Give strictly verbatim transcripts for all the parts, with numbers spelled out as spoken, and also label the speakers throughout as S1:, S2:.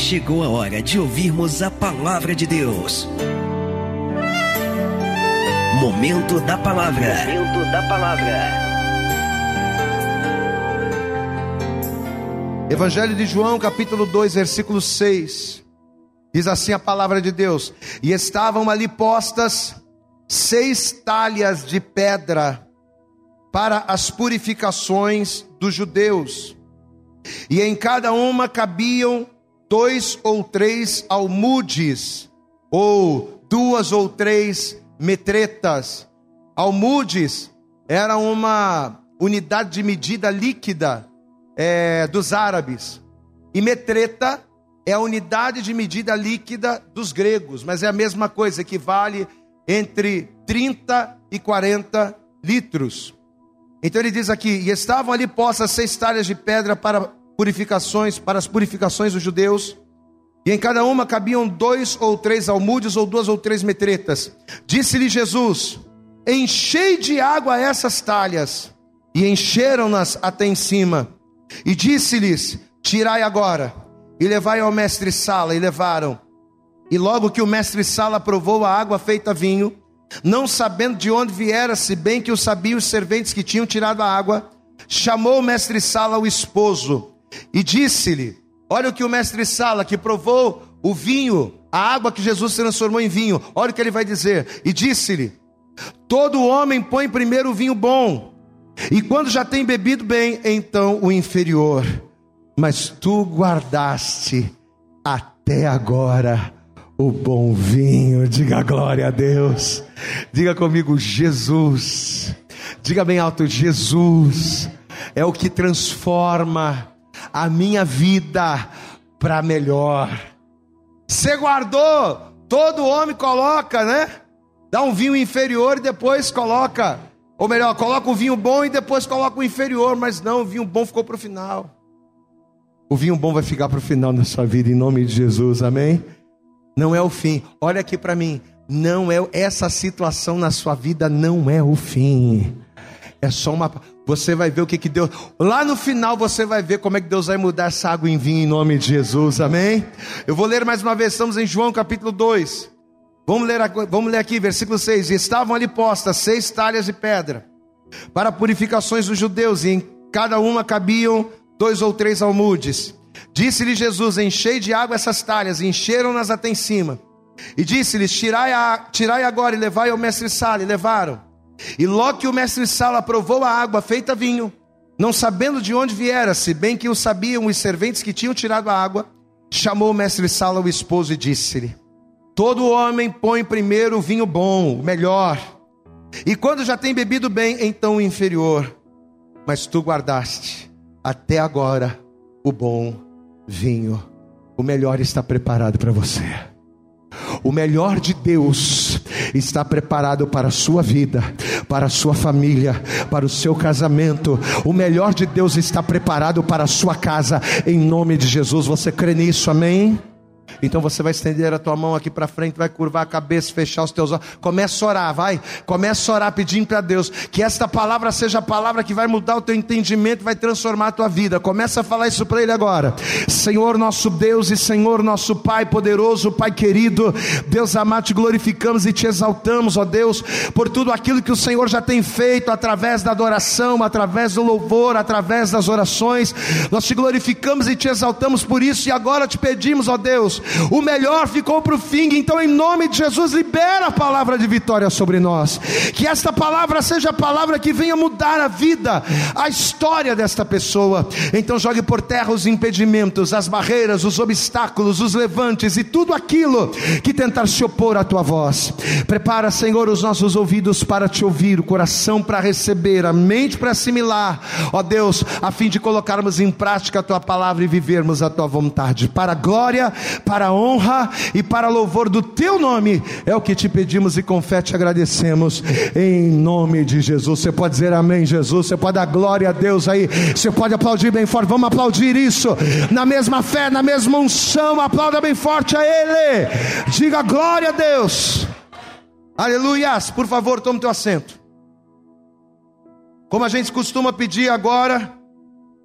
S1: chegou a hora de ouvirmos a palavra de Deus. Momento da palavra. Momento da palavra.
S2: Evangelho de João, capítulo dois, versículo seis. Diz assim a palavra de Deus: e estavam ali postas seis talhas de pedra para as purificações dos judeus, e em cada uma cabiam dois ou três almudes, ou duas ou três metretas. Almudes era uma unidade de medida líquida é, dos árabes, e metreta é a unidade de medida líquida dos gregos, mas é a mesma coisa, equivale entre trinta e quarenta litros. Então ele diz aqui: e estavam ali postas seis talhas de pedra para purificações, para as purificações dos judeus, e em cada uma cabiam dois ou três almudes, ou duas ou três metretas. Disse-lhe Jesus: enchei de água essas talhas. E encheram-nas até em cima. E disse-lhes: tirai agora, e levai ao mestre-sala. E levaram. E logo que o mestre-sala provou a água feita vinho, não sabendo de onde viera, se bem que o sabiam os serventes que tinham tirado a água, chamou o mestre-sala ao esposo e disse-lhe: olha o que o mestre-sala, que provou o vinho, a água que Jesus transformou em vinho, olha o que ele vai dizer. E disse-lhe: todo homem põe primeiro o vinho bom, e quando já tem bebido bem, então o inferior, mas tu guardaste até agora o bom vinho. Diga glória a Deus. Diga comigo: Jesus. Diga bem alto: Jesus é o que transforma a minha vida para melhor. Você guardou. Todo homem coloca, né? Dá um vinho inferior e depois coloca, ou melhor, coloca o vinho bom e depois coloca o inferior. Mas não, o vinho bom ficou para o final. O vinho bom vai ficar para o final na sua vida, em nome de Jesus, amém? Não é o fim. Olha aqui para mim. Não é, essa situação na sua vida não é o fim. É só uma... Você vai ver o que que Deus... Lá no final você vai ver como é que Deus vai mudar essa água em vinho, em nome de Jesus, amém? Eu vou ler mais uma vez. Estamos em João capítulo dois. Vamos ler, vamos ler aqui, versículo seis. E estavam ali postas seis talhas de pedra para purificações dos judeus, e em cada uma cabiam dois ou três almudes. Disse-lhe Jesus: enchei de água essas talhas. E encheram-nas até em cima. E disse-lhes: tirai, a, tirai agora e levai ao mestre-sala. E levaram. E logo que o mestre-sala provou a água feita vinho, não sabendo de onde viera, se bem que o sabiam os serventes que tinham tirado a água, chamou o mestre-sala ao esposo e disse-lhe: todo homem põe primeiro o vinho bom, o melhor, e quando já tem bebido bem, então o inferior. Mas tu guardaste até agora o bom vinho. O melhor está preparado para você. O melhor de Deus está preparado para a sua vida, para a sua família, para o seu casamento. O melhor de Deus está preparado para a sua casa, em nome de Jesus. Você crê nisso, amém? Então você vai estender a tua mão aqui para frente, vai curvar a cabeça, fechar os teus olhos. Começa a orar, vai. Começa a orar pedindo para Deus que esta palavra seja a palavra que vai mudar o teu entendimento, vai transformar a tua vida. Começa a falar isso para Ele agora. Senhor nosso Deus e Senhor nosso Pai poderoso, Pai querido, Deus amado, te glorificamos e te exaltamos, ó Deus, por tudo aquilo que o Senhor já tem feito através da adoração, através do louvor, através das orações. Nós te glorificamos e te exaltamos por isso. E agora te pedimos, ó Deus, o melhor ficou para o fim. Então, em nome de Jesus, libera a palavra de vitória sobre nós. Que esta palavra seja a palavra que venha mudar a vida, a história desta pessoa. Então jogue por terra os impedimentos, as barreiras, os obstáculos, os levantes e tudo aquilo que tentar se opor à tua voz. Prepara, Senhor, os nossos ouvidos para te ouvir, o coração para receber, a mente para assimilar, ó Deus, a fim de colocarmos em prática a tua palavra e vivermos a tua vontade, para a glória, para a honra e para louvor do teu nome. É o que te pedimos e com fé te agradecemos, em nome de Jesus. Você pode dizer amém, Jesus? Você pode dar glória a Deus aí? Você pode aplaudir bem forte? Vamos aplaudir isso na mesma fé, na mesma unção. Aplauda bem forte a Ele. Diga glória a Deus. Aleluias. Por favor, tome teu assento. Como a gente costuma pedir agora,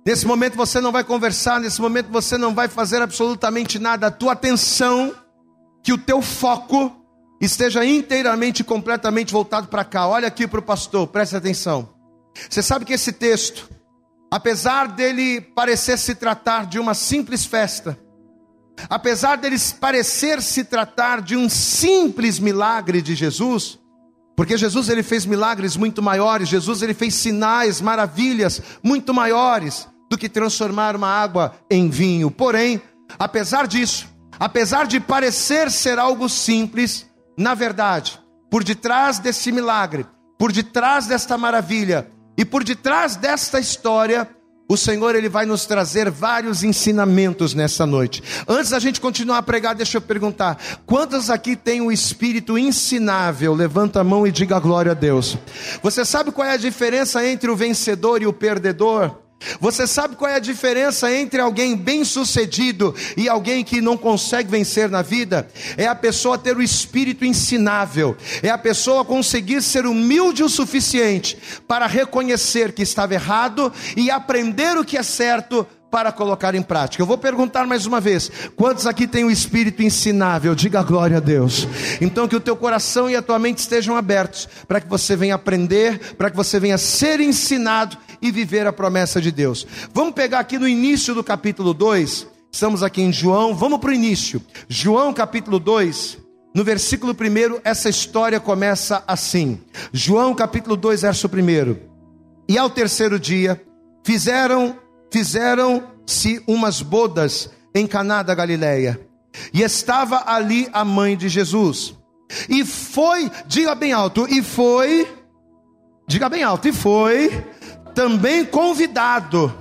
S2: Nesse momento você não vai conversar, nesse momento você não vai fazer absolutamente nada. A tua atenção, que o teu foco esteja inteiramente e completamente voltado para cá. Olha aqui para o pastor, preste atenção. Você sabe que esse texto, apesar dele parecer se tratar de uma simples festa, apesar dele parecer se tratar de um simples milagre de Jesus, porque Jesus ele fez milagres muito maiores, Jesus ele fez sinais, maravilhas muito maiores do que transformar uma água em vinho. Porém, apesar disso, apesar de parecer ser algo simples, na verdade, por detrás desse milagre, por detrás desta maravilha e por detrás desta história, o Senhor ele vai nos trazer vários ensinamentos nessa noite. Antes da gente continuar a pregar, deixa eu perguntar: quantos aqui têm um espírito ensinável? Levanta a mão e diga glória a Deus. Você sabe qual é a diferença entre o vencedor e o perdedor? Você sabe qual é a diferença entre alguém bem sucedido e alguém que não consegue vencer na vida? É a pessoa ter o espírito ensinável, é a pessoa conseguir ser humilde o suficiente para reconhecer que estava errado e aprender o que é certo para colocar em prática. Eu vou perguntar mais uma vez: quantos aqui têm o espírito ensinável? Diga glória a Deus. Então que o teu coração e a tua mente estejam abertos para que você venha aprender, para que você venha ser ensinado e viver a promessa de Deus. Vamos pegar aqui no início do capítulo dois, estamos aqui em João, vamos para o início. João capítulo dois, no versículo primeiro, essa história começa assim. João capítulo dois, verso primeiro. E ao terceiro dia, fizeram, fizeram-se umas bodas em Caná da Galileia, e estava ali a mãe de Jesus. E foi, diga bem alto, e foi, diga bem alto, e foi também convidado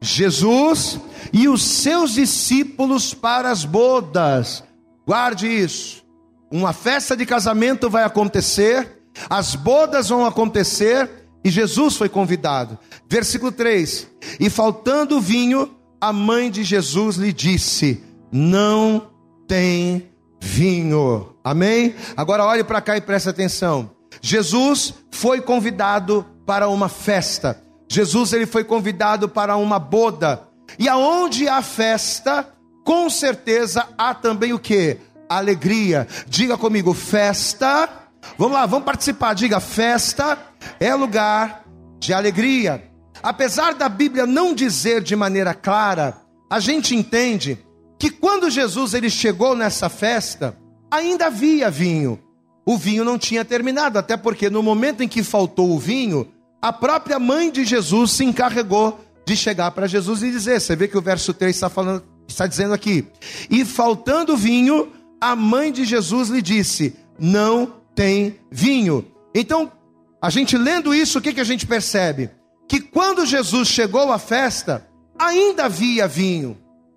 S2: Jesus e os seus discípulos para as bodas. Guarde isso. Uma festa de casamento vai acontecer, as bodas vão acontecer e Jesus foi convidado. Versículo três. E faltando vinho, a mãe de Jesus lhe disse: não tem vinho. Amém? Agora olhe para cá e preste atenção. Jesus foi convidado para uma festa. Jesus ele foi convidado para uma boda. E aonde há festa, com certeza há também o que? Alegria. Diga comigo, festa. Vamos lá, vamos participar. Diga, festa é lugar de alegria. Apesar da Bíblia não dizer de maneira clara, a gente entende que quando Jesus ele chegou nessa festa, ainda havia vinho. O vinho não tinha terminado, até porque no momento em que faltou o vinho, a própria mãe de Jesus se encarregou de chegar para Jesus e dizer. Você vê que o verso três está, falando, está dizendo aqui: e faltando vinho, a mãe de Jesus lhe disse: não tem vinho. Então, a gente lendo isso, o que, que a gente percebe? Que quando Jesus chegou à festa, ainda havia vinho.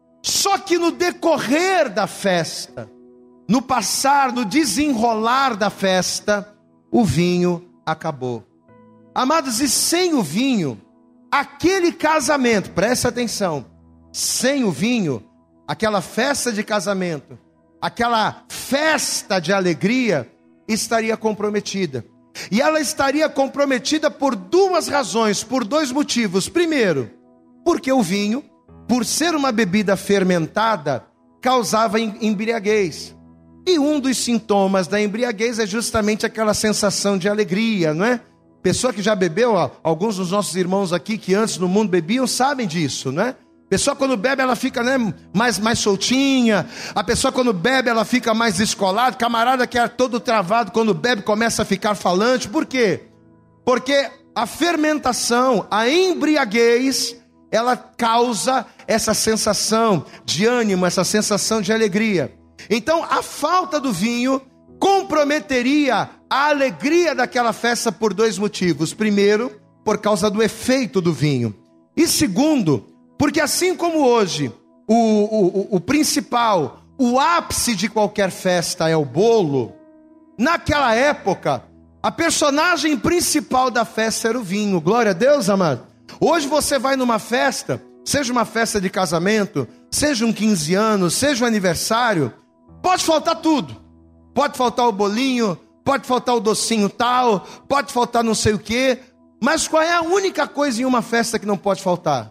S2: Só que no decorrer da festa, no passar, no desenrolar da festa, o vinho acabou. Amados, e sem o vinho, aquele casamento, preste atenção, sem o vinho, aquela festa de casamento, aquela festa de alegria, estaria comprometida. E ela estaria comprometida por duas razões, por dois motivos. Primeiro, porque o vinho, por ser uma bebida fermentada, causava embriaguez. E um dos sintomas da embriaguez é justamente aquela sensação de alegria, não é? Pessoa que já bebeu, ó, alguns dos nossos irmãos aqui que antes no mundo bebiam, sabem disso, né? Pessoa quando bebe, ela fica, né, mais, mais soltinha. A pessoa quando bebe, ela fica mais descolada. Camarada que é todo travado, quando bebe, começa a ficar falante. Por quê? Porque a fermentação, a embriaguez, ela causa essa sensação de ânimo, essa sensação de alegria. Então, a falta do vinho comprometeria a alegria daquela festa por dois motivos. Primeiro, por causa do efeito do vinho. E segundo, porque assim como hoje, o, o, o principal, o ápice de qualquer festa é o bolo, naquela época, a personagem principal da festa era o vinho. Glória a Deus, amado. Hoje você vai numa festa, seja uma festa de casamento, seja um quinze anos, seja um aniversário, pode faltar tudo. Pode faltar o bolinho, pode faltar o docinho tal, pode faltar não sei o quê. Mas qual é a única coisa em uma festa que não pode faltar?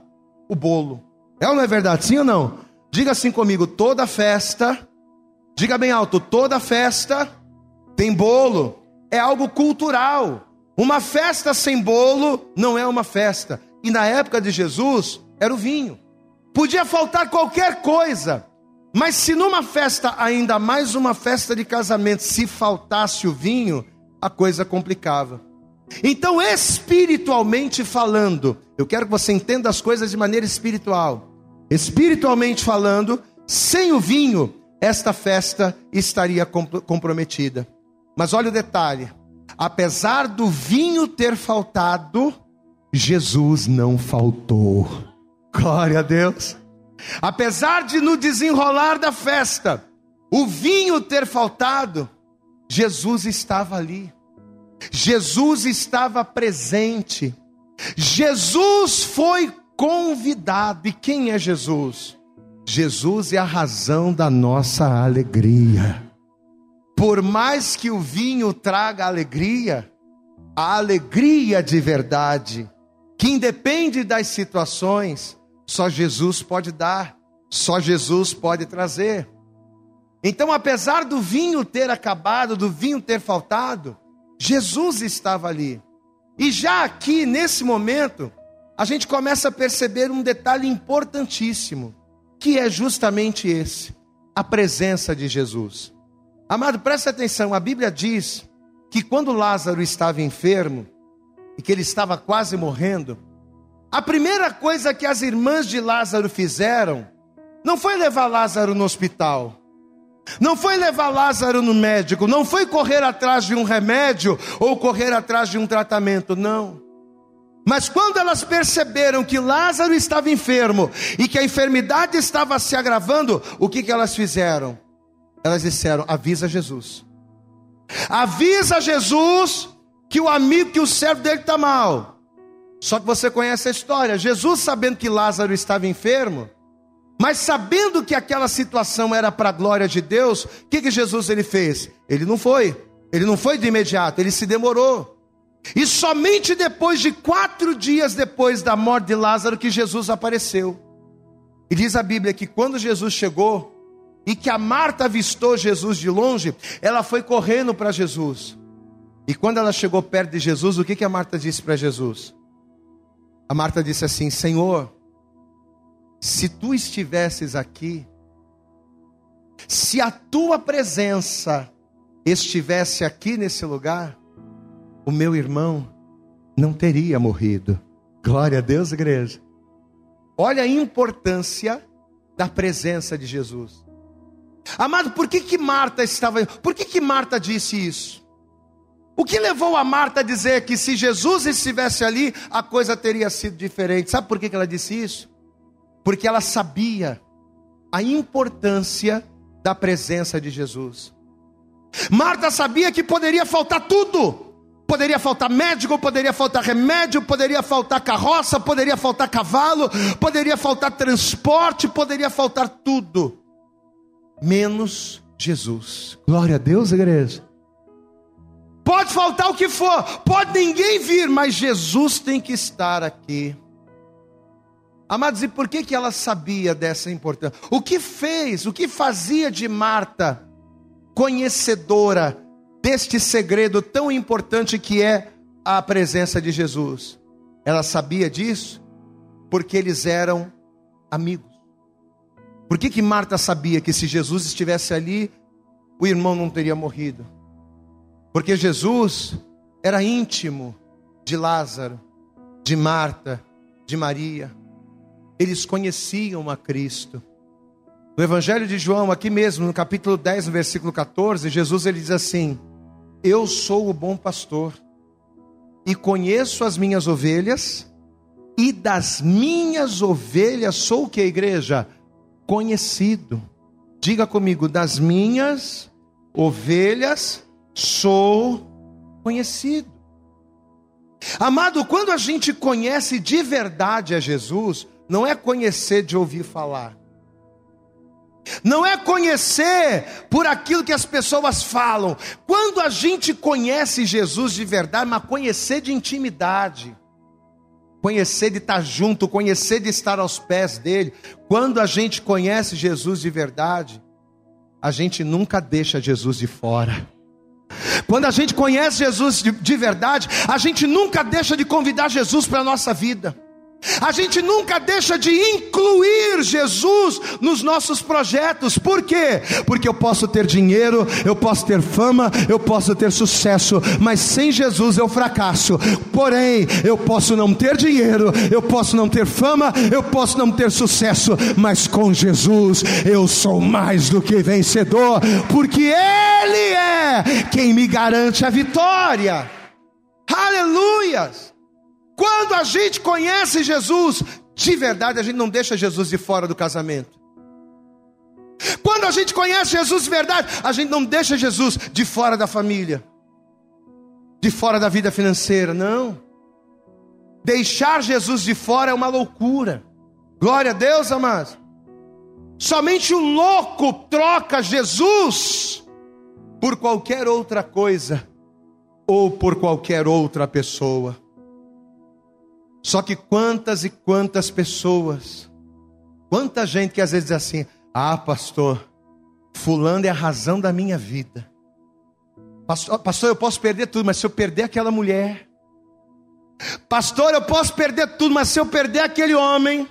S2: o bolo. É ou não é verdade? Sim ou não? Diga assim comigo: toda festa, diga bem alto, toda festa tem bolo. É algo cultural. Uma festa sem bolo não é uma festa. E na época de Jesus, era o vinho. Podia faltar qualquer coisa, mas se numa festa, ainda mais uma festa de casamento, se faltasse o vinho, a coisa complicava. Então, espiritualmente falando, eu quero que você entenda as coisas de maneira espiritual. Espiritualmente falando, sem o vinho, esta festa estaria comprometida. Mas olha o detalhe: apesar do vinho ter faltado, Jesus não faltou. Glória a Deus. Apesar de no desenrolar da festa, o vinho ter faltado, Jesus estava ali. Jesus estava presente. Jesus foi convidado. E quem é Jesus? Jesus é a razão da nossa alegria. Por mais que o vinho traga alegria, a alegria de verdade, que independe das situações, só Jesus pode dar, só Jesus pode trazer. Então, apesar do vinho ter acabado, do vinho ter faltado, Jesus estava ali. E já aqui, nesse momento, a gente começa a perceber um detalhe importantíssimo, que é justamente esse: a presença de Jesus. Amado, preste atenção, a Bíblia diz que quando Lázaro estava enfermo, e que ele estava quase morrendo, a primeira coisa que as irmãs de Lázaro fizeram, não foi levar Lázaro no hospital, não foi levar Lázaro no médico, não foi correr atrás de um remédio, ou correr atrás de um tratamento, não. Mas quando elas perceberam que Lázaro estava enfermo, e que a enfermidade estava se agravando, o que, que elas fizeram? Elas disseram: avisa Jesus, avisa Jesus, que o amigo, que o servo dele está mal. Só que você conhece a história. Jesus, sabendo que Lázaro estava enfermo, mas sabendo que aquela situação era para a glória de Deus, o que, que Jesus ele fez? Ele não foi, ele não foi de imediato, ele se demorou. E somente depois de quatro dias depois da morte de Lázaro que Jesus apareceu. E diz a Bíblia que quando Jesus chegou, e que a Marta avistou Jesus de longe, ela foi correndo para Jesus. E quando ela chegou perto de Jesus, o que, que a Marta disse para Jesus? A Marta disse assim: Senhor, se tu estivesses aqui, se a tua presença estivesse aqui nesse lugar, o meu irmão não teria morrido. Glória a Deus, igreja. Olha a importância da presença de Jesus. Amado, por que que Marta estava... Por que que Marta disse isso? O que levou a Marta a dizer que se Jesus estivesse ali, a coisa teria sido diferente? Sabe por que que ela disse isso? Porque ela sabia a importância da presença de Jesus. Marta sabia que poderia faltar tudo. Poderia faltar médico, poderia faltar remédio, poderia faltar carroça, poderia faltar cavalo, poderia faltar transporte, poderia faltar tudo, menos Jesus. Glória a Deus, igreja. Pode faltar o que for, pode ninguém vir, mas Jesus tem que estar aqui. Amados, e por que que ela sabia dessa importância? O que fez, o que fazia de Marta conhecedora deste segredo tão importante que é a presença de Jesus? Ela sabia disso porque eles eram amigos. Por que que Marta sabia que se Jesus estivesse ali, o irmão não teria morrido? Porque Jesus era íntimo de Lázaro, de Marta, de Maria. Eles conheciam a Cristo. No Evangelho de João, aqui mesmo, no capítulo dez, no versículo catorze, Jesus ele diz assim: eu sou o bom pastor, e conheço as minhas ovelhas, e das minhas ovelhas sou o que, igreja? Conhecido. Diga comigo: das minhas ovelhas sou conhecido. Amado, quando a gente conhece de verdade a Jesus, não é conhecer de ouvir falar, não é conhecer por aquilo que as pessoas falam. Quando a gente conhece Jesus de verdade, mas conhecer de intimidade, conhecer de estar junto, conhecer de estar aos pés dele. Quando a gente conhece Jesus de verdade, a gente nunca deixa Jesus de fora. Quando a gente conhece Jesus de, de verdade, a gente nunca deixa de convidar Jesus para a nossa vida. A gente nunca deixa de incluir Jesus nos nossos projetos. Por quê? Porque eu posso ter dinheiro, eu posso ter fama, eu posso ter sucesso, mas sem Jesus eu fracasso. Porém, eu posso não ter dinheiro, eu posso não ter fama, eu posso não ter sucesso, mas com Jesus eu sou mais do que vencedor, porque Ele é quem me garante a vitória. Aleluias! Quando a gente conhece Jesus de verdade, a gente não deixa Jesus de fora do casamento. Quando a gente conhece Jesus de verdade, a gente não deixa Jesus de fora da família, de fora da vida financeira, não. Deixar Jesus de fora é uma loucura. Glória a Deus, amados. Somente o louco troca Jesus por qualquer outra coisa ou por qualquer outra pessoa. Só que quantas e quantas pessoas, quanta gente que às vezes diz assim: ah, pastor, fulano é a razão da minha vida. Pastor, pastor, eu posso perder tudo, mas se eu perder aquela mulher. Pastor, eu posso perder tudo, mas se eu perder aquele homem.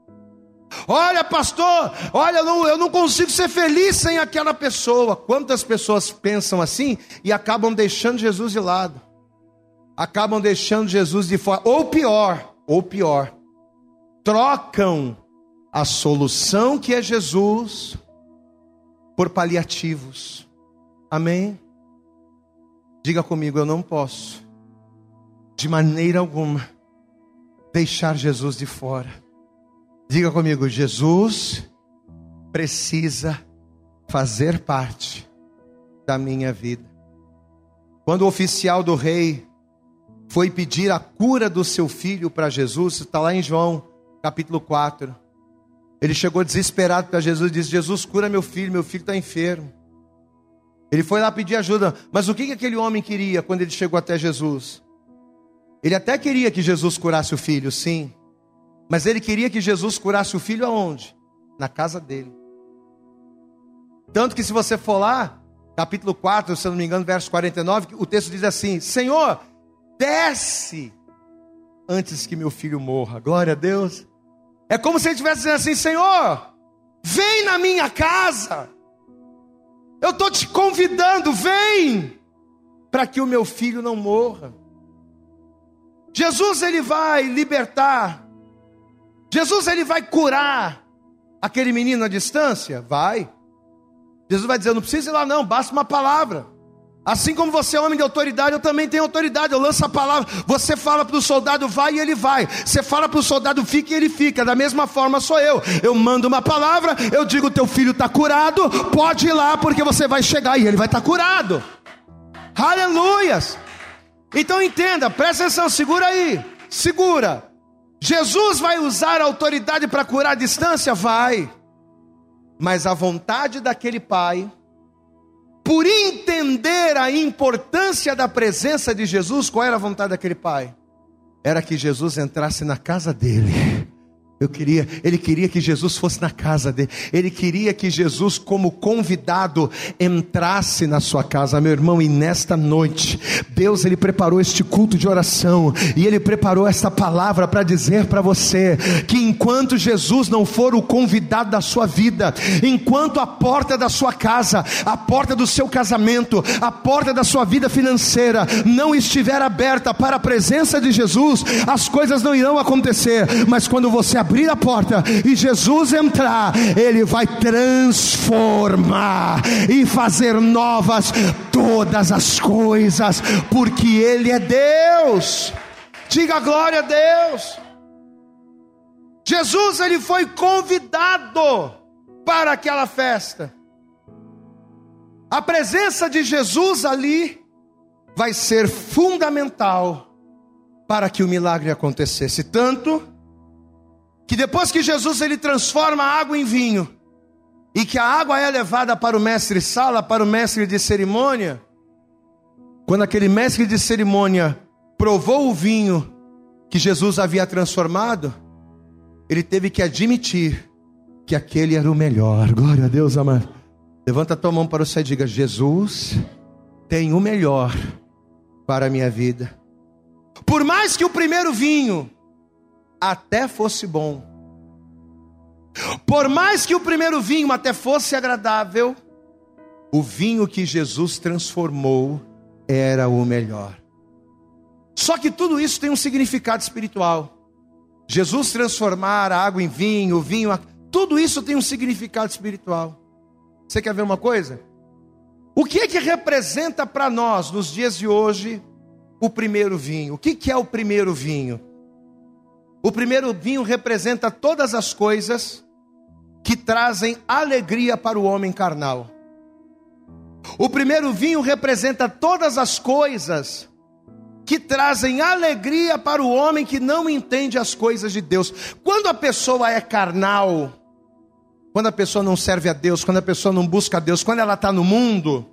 S2: Olha, pastor, olha, eu não, eu não consigo ser feliz sem aquela pessoa. Quantas pessoas pensam assim e acabam deixando Jesus de lado? Acabam deixando Jesus de fora, ou pior, ou pior, trocam a solução que é Jesus por paliativos. Amém? Diga comigo, eu não posso, de maneira alguma, deixar Jesus de fora. Diga comigo, Jesus precisa fazer parte da minha vida. Quando o oficial do rei foi pedir a cura do seu filho para Jesus, está lá em João capítulo quatro. Ele chegou desesperado para Jesus e disse: Jesus, cura meu filho, meu filho está enfermo. Ele foi lá pedir ajuda, mas o que, que aquele homem queria quando ele chegou até Jesus? Ele até queria que Jesus curasse o filho, sim, mas ele queria que Jesus curasse o filho aonde? Na casa dele. Tanto que se você for lá, capítulo quatro, se eu não me engano, verso quarenta e nove, o texto diz assim: Senhor, desce antes que meu filho morra. Glória a Deus. É como se ele estivesse dizendo assim: Senhor, vem na minha casa, eu estou te convidando, vem, para que o meu filho não morra. Jesus, ele vai libertar, Jesus, ele vai curar aquele menino à distância? Vai. Jesus vai dizer: não precisa ir lá não, basta uma palavra. Assim como você é homem de autoridade, eu também tenho autoridade. Eu lanço a palavra, você fala para o soldado vai e ele vai. Você fala para o soldado fica e ele fica. Da mesma forma sou eu. Eu mando uma palavra, eu digo: teu filho está curado, pode ir lá porque você vai chegar e ele vai estar curado. Aleluias. Então entenda, presta atenção, segura aí, segura. Jesus vai usar a autoridade para curar a distância? Vai. Mas a vontade daquele pai, por entender a importância da presença de Jesus, qual era a vontade daquele pai? Era que Jesus entrasse na casa dele. Eu queria, ele queria que Jesus fosse na casa dele. Ele queria que Jesus, como convidado, entrasse na sua casa, meu irmão. E nesta noite, Deus, ele preparou este culto de oração, e ele preparou esta palavra para dizer para você que enquanto Jesus não for o convidado da sua vida, enquanto a porta da sua casa, a porta do seu casamento, a porta da sua vida financeira não estiver aberta para a presença de Jesus, as coisas não irão acontecer. Mas quando você abrir a porta e Jesus entrar, ele vai transformar e fazer novas todas as coisas, porque ele é Deus. Diga glória a Deus. Jesus, ele foi convidado para aquela festa. A presença de Jesus ali vai ser fundamental para que o milagre acontecesse. Tanto que depois que Jesus, ele transforma a água em vinho, e que a água é levada para o mestre-sala, para o mestre de cerimônia, quando aquele mestre de cerimônia provou o vinho que Jesus havia transformado, ele teve que admitir que aquele era o melhor. Glória a Deus, amado. Levanta a tua mão para o céu e diga: Jesus tem o melhor para a minha vida. Por mais que o primeiro vinho até fosse bom, por mais que o primeiro vinho até fosse agradável, o vinho que Jesus transformou era o melhor. Só que tudo isso tem um significado espiritual. Jesus transformar a água em vinho, o vinho, tudo isso tem um significado espiritual. Você quer ver uma coisa? O que é que representa para nós, nos dias de hoje, o primeiro vinho? O que que é o primeiro vinho? O primeiro vinho representa todas as coisas que trazem alegria para o homem carnal. O primeiro vinho representa todas as coisas que trazem alegria para o homem que não entende as coisas de Deus. Quando a pessoa é carnal, quando a pessoa não serve a Deus, quando a pessoa não busca a Deus, quando ela está no mundo,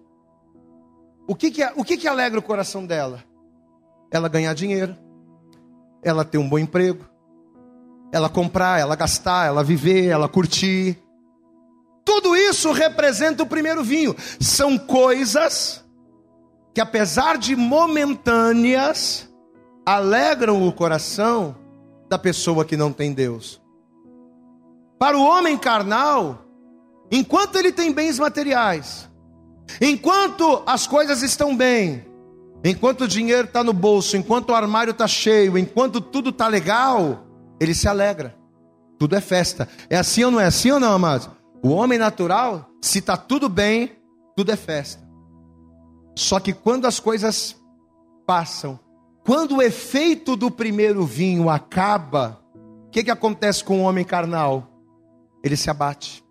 S2: o que que, o que que alegra o coração dela? Ela ganhar dinheiro, ela ter um bom emprego, ela comprar, ela gastar, ela viver, ela curtir. Tudo isso representa o primeiro vinho. São coisas que, apesar de momentâneas, alegram o coração da pessoa que não tem Deus. Para o homem carnal, enquanto ele tem bens materiais, enquanto as coisas estão bem, enquanto o dinheiro está no bolso, enquanto o armário está cheio, enquanto tudo está legal, ele se alegra. Tudo é festa. É assim ou não é assim ou não, amados? O homem natural, se está tudo bem, tudo é festa. Só que quando as coisas passam, quando o efeito do primeiro vinho acaba, o que que acontece com o homem carnal? Ele se abate.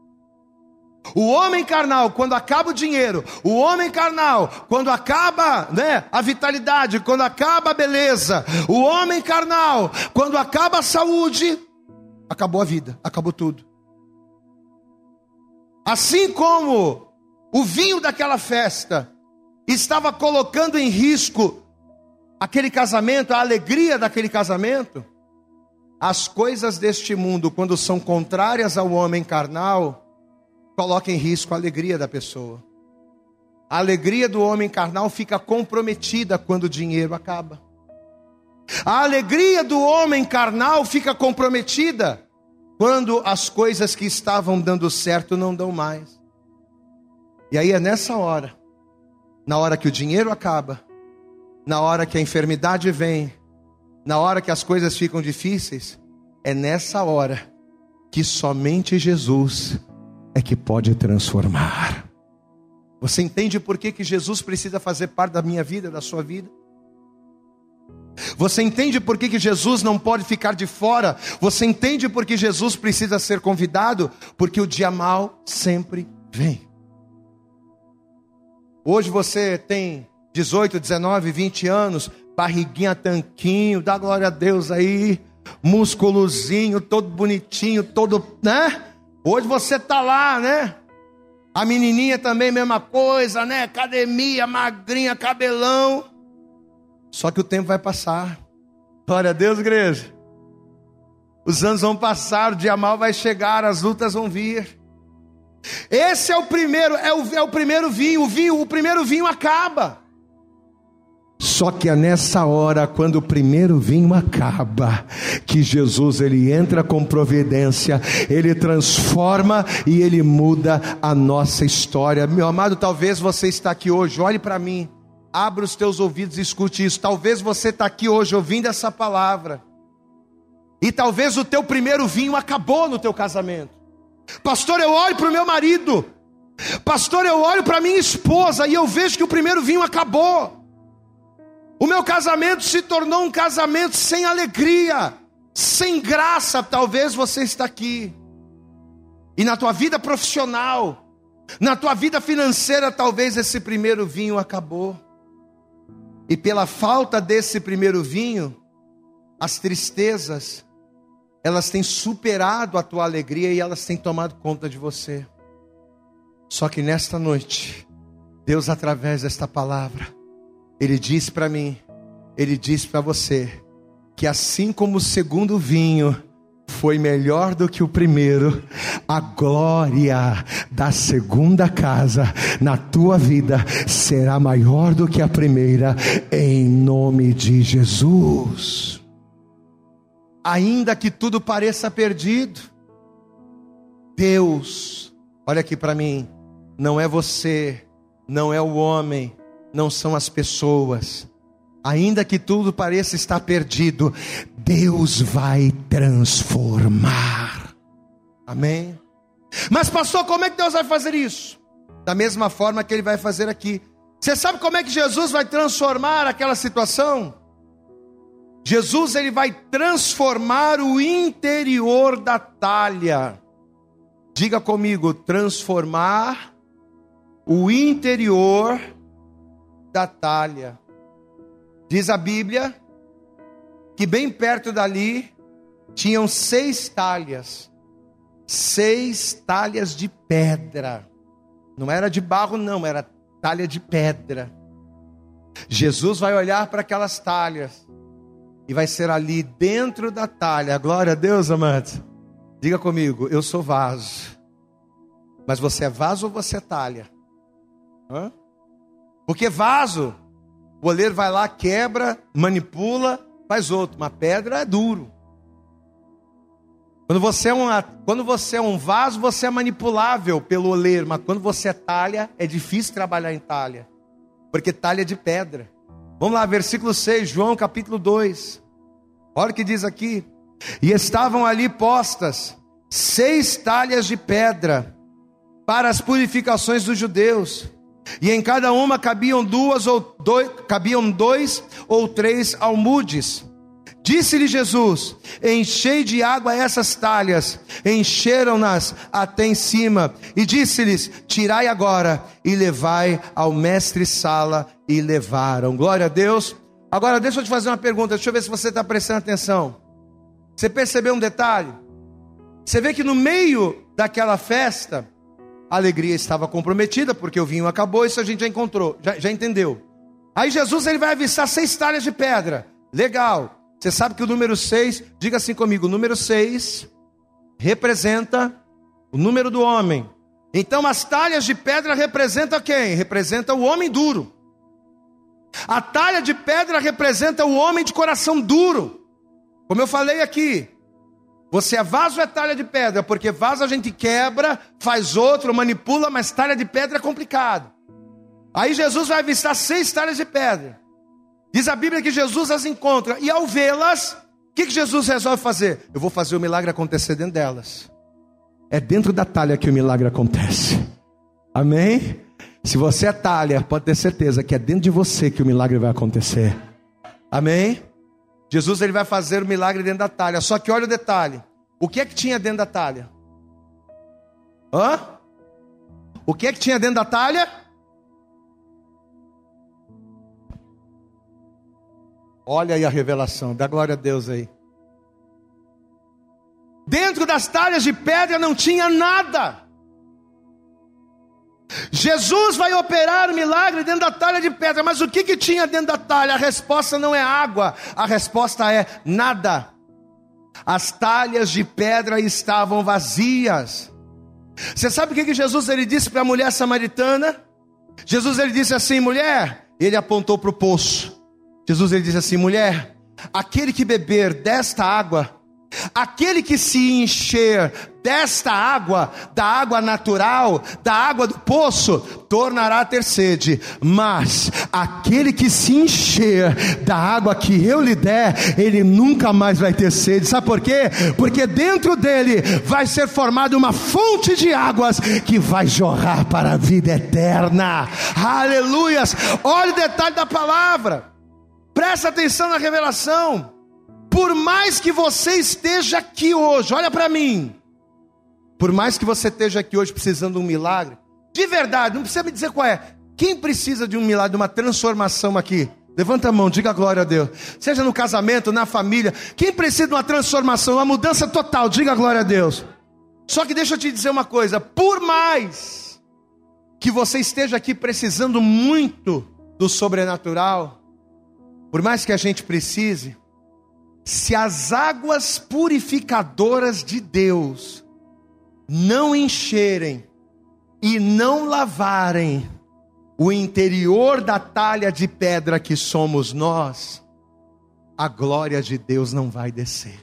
S2: O homem carnal, quando acaba o dinheiro, o homem carnal, quando acaba, né, a vitalidade, quando acaba a beleza, o homem carnal, quando acaba a saúde, acabou a vida, acabou tudo. Assim como o vinho daquela festa estava colocando em risco aquele casamento, a alegria daquele casamento, as coisas deste mundo, quando são contrárias ao homem carnal, coloca em risco a alegria da pessoa. A alegria do homem carnal fica comprometida quando o dinheiro acaba. A alegria do homem carnal fica comprometida quando as coisas que estavam dando certo não dão mais. E aí é nessa hora, na hora que o dinheiro acaba, na hora que a enfermidade vem, na hora que as coisas ficam difíceis, é nessa hora que somente Jesus é que pode transformar. Você entende por que que Jesus precisa fazer parte da minha vida, da sua vida? Você entende por que que Jesus não pode ficar de fora? Você entende por que Jesus precisa ser convidado? Porque o dia mau sempre vem. Hoje você tem dezoito, dezenove, vinte anos, barriguinha tanquinho, dá glória a Deus aí, músculozinho, todo bonitinho, todo, né? Hoje você tá lá, né? A menininha também, mesma coisa, né? Academia, magrinha, cabelão. Só que o tempo vai passar. Glória a Deus, igreja. Os anos vão passar, o dia mau vai chegar, as lutas vão vir. Esse é o primeiro, é o, é o primeiro vinho, o vinho, o primeiro vinho acaba. Só que é nessa hora, quando o primeiro vinho acaba, que Jesus ele entra com providência, ele transforma e ele muda a nossa história. Meu amado, talvez você está aqui hoje, olhe para mim, abra os teus ouvidos e escute isso. Talvez você está aqui hoje ouvindo essa palavra, e talvez o teu primeiro vinho acabou no teu casamento. Pastor, eu olho para o meu marido, pastor, eu olho para minha esposa e eu vejo que o primeiro vinho acabou. O meu casamento se tornou um casamento sem alegria, sem graça. Talvez você está aqui, e na tua vida profissional, na tua vida financeira, talvez esse primeiro vinho acabou. E pela falta desse primeiro vinho, as tristezas, elas têm superado a tua alegria e elas têm tomado conta de você. Só que nesta noite, Deus, através desta palavra, Ele diz para mim, Ele diz para você, que porque assim como o segundo vinho foi melhor do que o primeiro, a glória da segunda casa na tua vida será maior do que a primeira, em nome de Jesus. Ainda que tudo pareça perdido, Deus, olha aqui para mim, não é você, não é o homem, não são as pessoas. Ainda que tudo pareça estar perdido, Deus vai transformar. Amém? Mas pastor, como é que Deus vai fazer isso? Da mesma forma que Ele vai fazer aqui. Você sabe como é que Jesus vai transformar aquela situação? Jesus, Ele vai transformar o interior da talha. Diga comigo, transformar o interior da talha. Diz a Bíblia que bem perto dali tinham seis talhas, seis talhas de pedra. Não era de barro não, era talha de pedra. Jesus vai olhar para aquelas talhas e vai ser ali dentro da talha. Glória a Deus, amados. Diga comigo, eu sou vaso. Mas você é vaso ou você é talha? Hã? Porque vaso, o oleiro vai lá, quebra, manipula, faz outro. Uma pedra é duro. Quando você é, uma, quando você é um vaso, você é manipulável pelo oleiro. Mas quando você é talha, é difícil trabalhar em talha. Porque talha é de pedra. Vamos lá, versículo seis, João capítulo dois. Olha o que diz aqui. E estavam ali postas seis talhas de pedra para as purificações dos judeus. E em cada uma cabiam duas ou dois, cabiam dois ou três almudes. Disse-lhe Jesus: enchei de água essas talhas. Encheram-nas até em cima. E disse-lhes: tirai agora e levai ao mestre-sala. E levaram. Glória a Deus. Agora deixa eu te fazer uma pergunta. Deixa eu ver se você está prestando atenção. Você percebeu um detalhe? Você vê que no meio daquela festa, a alegria estava comprometida, porque o vinho acabou. Isso a gente já encontrou, já, já entendeu. Aí Jesus, ele vai avistar seis talhas de pedra. Legal. Você sabe que o número seis, diga assim comigo, o número seis representa o número do homem. Então as talhas de pedra representam quem? Representa o homem duro. A talha de pedra representa o homem de coração duro. Como eu falei aqui, você é vaso ou é talha de pedra? Porque vaso a gente quebra, faz outro, manipula, mas talha de pedra é complicado. Aí Jesus vai avistar seis talhas de pedra. Diz a Bíblia que Jesus as encontra. E ao vê-las, o que, que Jesus resolve fazer? Eu vou fazer o milagre acontecer dentro delas. É dentro da talha que o milagre acontece. Amém? Se você é talha, pode ter certeza que é dentro de você que o milagre vai acontecer. Amém? Jesus, ele vai fazer o milagre dentro da talha. Só que olha o detalhe. O que é que tinha dentro da talha? Hã? O que é que tinha dentro da talha? Olha aí a revelação, dá glória a Deus aí. Dentro das talhas de pedra não tinha nada. Jesus vai operar o milagre dentro da talha de pedra. Mas o que, que tinha dentro da talha? A resposta não é água, a resposta é nada. As talhas de pedra estavam vazias. Você sabe o que, que Jesus ele disse para a mulher samaritana? Jesus ele disse assim: mulher, ele apontou para o poço. Jesus ele disse assim: mulher, aquele que beber desta água, aquele que se encher desta água, da água natural, da água do poço, tornará a ter sede. Mas aquele que se encher da água que eu lhe der, ele nunca mais vai ter sede. Sabe por quê? Porque dentro dele vai ser formada uma fonte de águas que vai jorrar para a vida eterna. Aleluias! Olha o detalhe da palavra. Presta atenção na revelação. Por mais que você esteja aqui hoje, olha para mim. Por mais que você esteja aqui hoje precisando de um milagre, de verdade, não precisa me dizer qual é. Quem precisa de um milagre, de uma transformação aqui? Levanta a mão, diga glória a Deus. Seja no casamento, na família. Quem precisa de uma transformação, uma mudança total, diga glória a Deus. Só que deixa eu te dizer uma coisa. Por mais que você esteja aqui precisando muito do sobrenatural, por mais que a gente precise, se as águas purificadoras de Deus não encherem e não lavarem o interior da talha de pedra que somos nós, a glória de Deus não vai descer.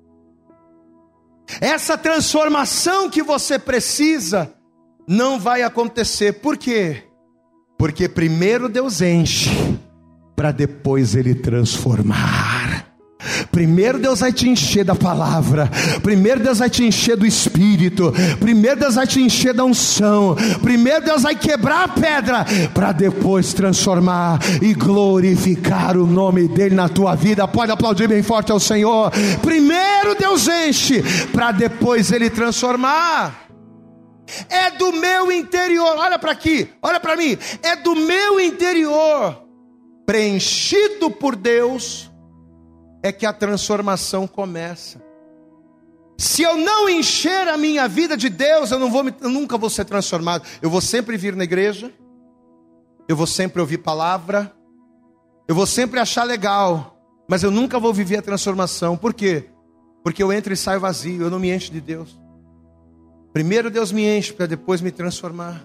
S2: Essa transformação que você precisa não vai acontecer. Por quê? Porque primeiro Deus enche, para depois Ele transformar. Primeiro Deus vai te encher da palavra, primeiro Deus vai te encher do Espírito, primeiro Deus vai te encher da unção, primeiro Deus vai quebrar a pedra, para depois transformar e glorificar o nome dEle na tua vida. Pode aplaudir bem forte ao Senhor. Primeiro Deus enche, para depois Ele transformar. É do meu interior, olha para aqui, olha para mim, é do meu interior, preenchido por Deus, é que a transformação começa. Se eu não encher a minha vida de Deus, eu, não vou me, eu nunca vou ser transformado. Eu vou sempre vir na igreja, eu vou sempre ouvir palavra, eu vou sempre achar legal, mas eu nunca vou viver a transformação. Por quê? Porque eu entro e saio vazio, eu não me encho de Deus. Primeiro Deus me enche, para depois me transformar.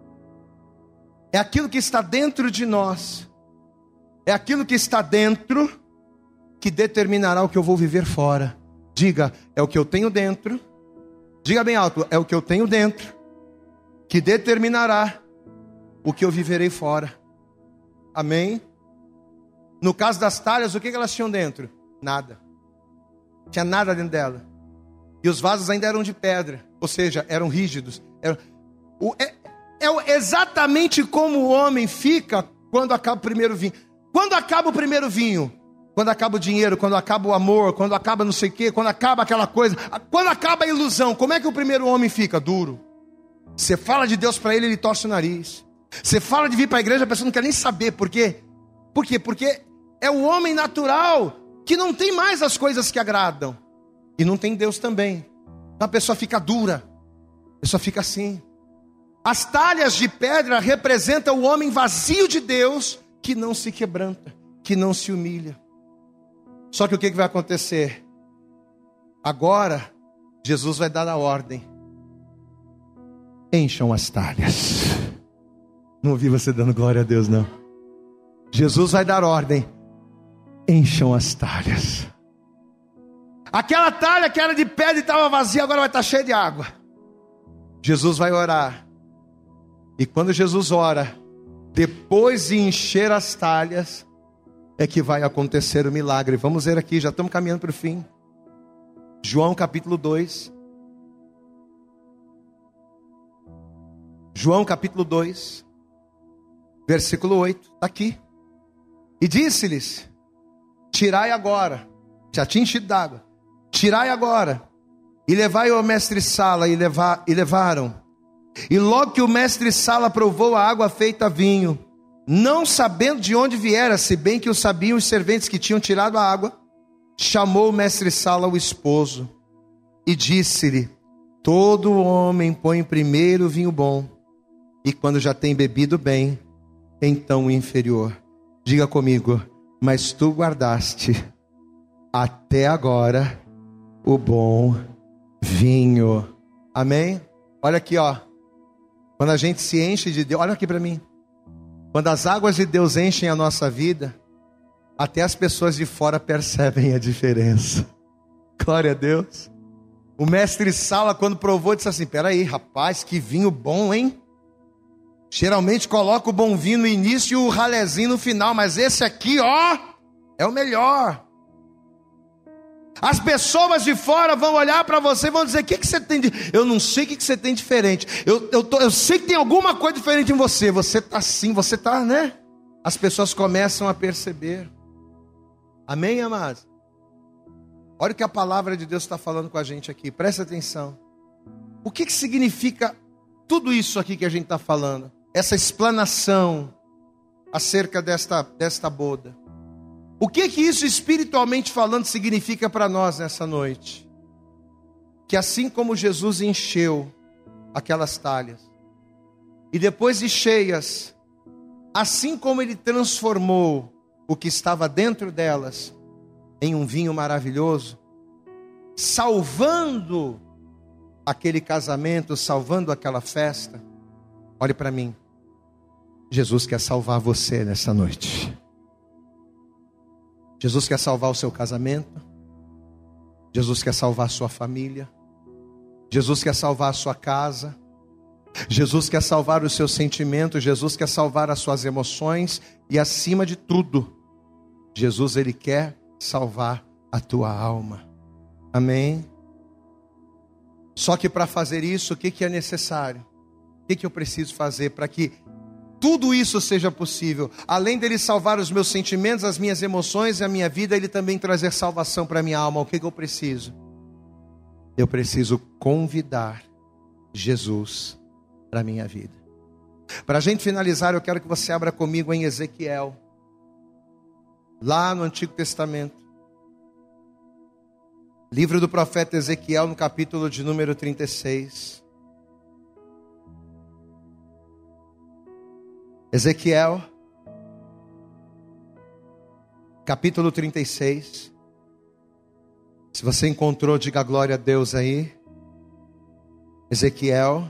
S2: É aquilo que está dentro de nós, é aquilo que está dentro que determinará o que eu vou viver fora. Diga, é o que eu tenho dentro. Diga bem alto, é o que eu tenho dentro que determinará o que eu viverei fora. Amém? No caso das talhas, o que elas tinham dentro? Nada. Não tinha nada dentro dela. E os vasos ainda eram de pedra, ou seja, eram rígidos. Eram... O... É... é exatamente como o homem fica quando acaba o primeiro vinho. Quando acaba o primeiro vinho? Quando acaba o dinheiro, quando acaba o amor, quando acaba não sei o quê, quando acaba aquela coisa, quando acaba a ilusão, como é que o primeiro homem fica? Duro. Você fala de Deus para ele, ele torce o nariz. Você fala de vir para a igreja, a pessoa não quer nem saber. Por quê? Por quê? Porque é o homem natural que não tem mais as coisas que agradam. E não tem Deus também. Então a pessoa fica dura. A pessoa fica assim. As talhas de pedra representam o homem vazio de Deus, que não se quebranta, que não se humilha. Só que o que vai acontecer? Agora, Jesus vai dar a ordem. Encham as talhas. Não ouvi você dando glória a Deus, não. Jesus vai dar ordem. Encham as talhas. Aquela talha que era de pedra e estava vazia, agora vai estar cheia de água. Jesus vai orar. E quando Jesus ora, depois de encher as talhas, é que vai acontecer o milagre. Vamos ver aqui, já estamos caminhando para o fim. João capítulo dois. João capítulo dois, versículo oito, está aqui. E disse-lhes: tirai agora, já tinha enchido d'água, tirai agora, e levai ao mestre-sala, e, leva, e levaram. E logo que o mestre-sala provou a água feita vinho, não sabendo de onde viera, se bem que o sabiam os serventes que tinham tirado a água, chamou o mestre-sala o esposo, e disse-lhe: todo homem põe primeiro o vinho bom, e quando já tem bebido bem, então o inferior. Diga comigo: mas tu guardaste até agora o bom vinho. Amém? Olha aqui, ó. Quando a gente se enche de Deus, olha aqui para mim. Quando as águas de Deus enchem a nossa vida, até as pessoas de fora percebem a diferença. Glória a Deus. O mestre Sala, quando provou, disse assim: peraí, rapaz, que vinho bom, hein? Geralmente coloca o bom vinho no início e o ralezinho no final, mas esse aqui, ó, é o melhor. As pessoas de fora vão olhar para você e vão dizer: o que, que você tem de... Eu não sei o que, que você tem diferente. Eu, eu, tô, eu sei que tem alguma coisa diferente em você. Você está assim, você está, né? As pessoas começam a perceber. Amém, amados? Olha o que a palavra de Deus está falando com a gente aqui. Presta atenção. O que, que significa tudo isso aqui que a gente está falando? Essa explanação acerca desta, desta boda. O que que isso espiritualmente falando significa para nós nessa noite? Que assim como Jesus encheu aquelas talhas, e depois de cheias, assim como Ele transformou o que estava dentro delas, em um vinho maravilhoso, salvando aquele casamento, salvando aquela festa. Olhe para mim, Jesus quer salvar você nessa noite. Jesus quer salvar o seu casamento, Jesus quer salvar a sua família, Jesus quer salvar a sua casa, Jesus quer salvar os seus sentimentos, Jesus quer salvar as suas emoções e, acima de tudo, Jesus, Ele quer salvar a tua alma. Amém? Só que para fazer isso, o que, que é necessário? O que, que eu preciso fazer para que tudo isso seja possível? Além dele salvar os meus sentimentos, as minhas emoções e a minha vida, Ele também trazer salvação para a minha alma. O que, que eu preciso? Eu preciso convidar Jesus para a minha vida. Para a gente finalizar, eu quero que você abra comigo em Ezequiel, lá no Antigo Testamento. Livro do profeta Ezequiel, no capítulo de número trinta e seis. Ezequiel, capítulo trinta e seis. Se você encontrou, diga glória a Deus aí. Ezequiel.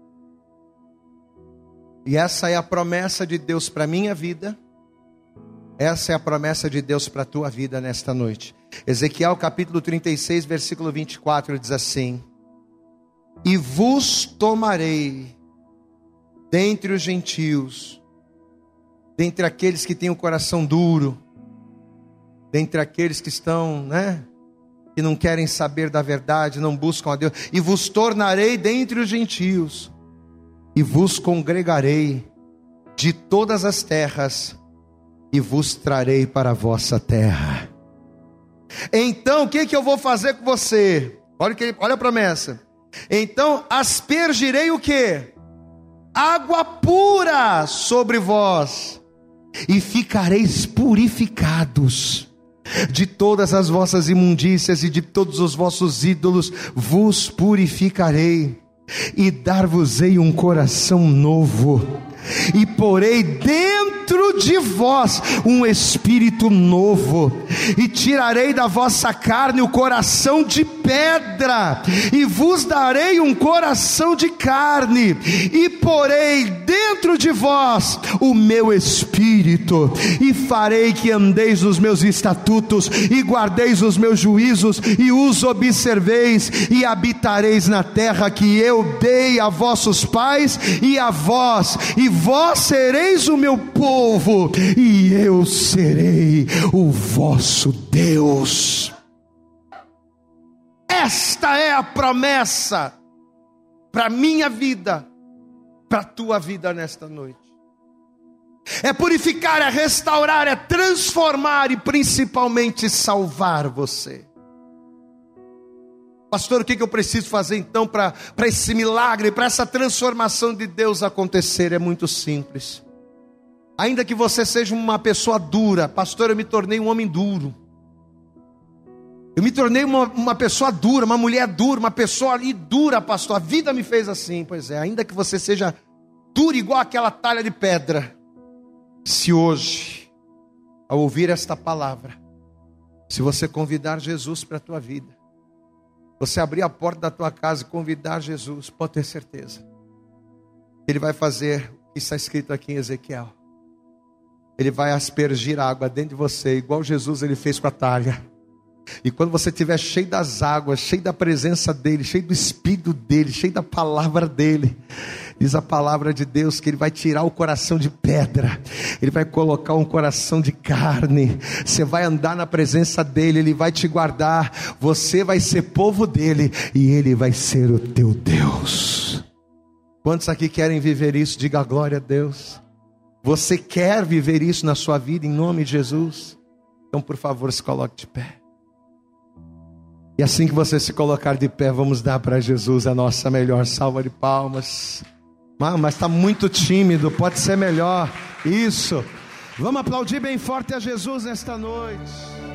S2: E essa é a promessa de Deus para a minha vida. Essa é a promessa de Deus para a tua vida nesta noite. Ezequiel capítulo trinta e seis, versículo vinte e quatro, diz assim: E vos tomarei dentre os gentios, dentre aqueles que têm o coração duro, dentre aqueles que estão, né, que não querem saber da verdade, não buscam a Deus, e vos tornarei dentre os gentios, e vos congregarei de todas as terras, e vos trarei para a vossa terra. Então, o que, que eu vou fazer com você? Olha, que, olha a promessa. Então, aspergirei o que? Água pura sobre vós, e ficareis purificados. De todas as vossas imundícias e de todos os vossos ídolos vos purificarei, e dar-vos-ei um coração novo, e porei dentro de vós um espírito novo, e tirarei da vossa carne o coração de pedra, e vos darei um coração de carne, e porei dentro de vós o meu espírito, e farei que andeis nos meus estatutos, e guardeis os meus juízos, e os observeis, e habitareis na terra que eu dei a vossos pais e a vós, e vós sereis o meu povo, e eu serei o vosso Deus. Esta é a promessa para a minha vida, para a tua vida nesta noite. É purificar, é restaurar, é transformar e principalmente salvar você. Pastor, o que eu preciso fazer então para esse milagre, para essa transformação de Deus acontecer? É muito simples. Ainda que você seja uma pessoa dura, pastor, eu me tornei um homem duro. Eu me tornei uma, uma pessoa dura, uma mulher dura, uma pessoa ali dura, pastor. A vida me fez assim. Pois é, ainda que você seja duro igual aquela talha de pedra, se hoje, ao ouvir esta palavra, se você convidar Jesus para a tua vida, você abrir a porta da tua casa e convidar Jesus, pode ter certeza, Ele vai fazer o que está escrito aqui em Ezequiel. Ele vai aspergir água dentro de você, igual Jesus ele fez com a talha. E quando você estiver cheio das águas, cheio da presença dEle, cheio do Espírito dEle, cheio da palavra dEle, diz a palavra de Deus que Ele vai tirar o coração de pedra, Ele vai colocar um coração de carne. Você vai andar na presença dEle, Ele vai te guardar, você vai ser povo dEle, e Ele vai ser o teu Deus. Quantos aqui querem viver isso? Diga glória a Deus. Você quer viver isso na sua vida, em nome de Jesus? Então por favor, se coloque de pé. E assim que você se colocar de pé, vamos dar para Jesus a nossa melhor salva de palmas. Ah, mas está muito tímido, pode ser melhor. Isso. Vamos aplaudir bem forte a Jesus nesta noite.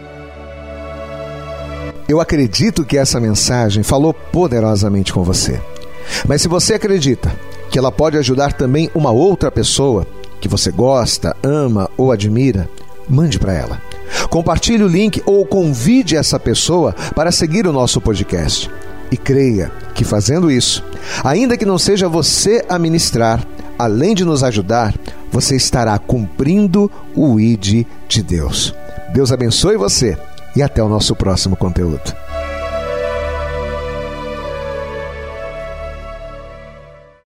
S3: Eu acredito que essa mensagem falou poderosamente com você. Mas se você acredita que ela pode ajudar também uma outra pessoa que você gosta, ama ou admira, mande para ela. Compartilhe o link ou convide essa pessoa para seguir o nosso podcast. E creia que fazendo isso, ainda que não seja você a ministrar, além de nos ajudar, você estará cumprindo o I D de Deus. Deus abençoe você e até o nosso próximo conteúdo.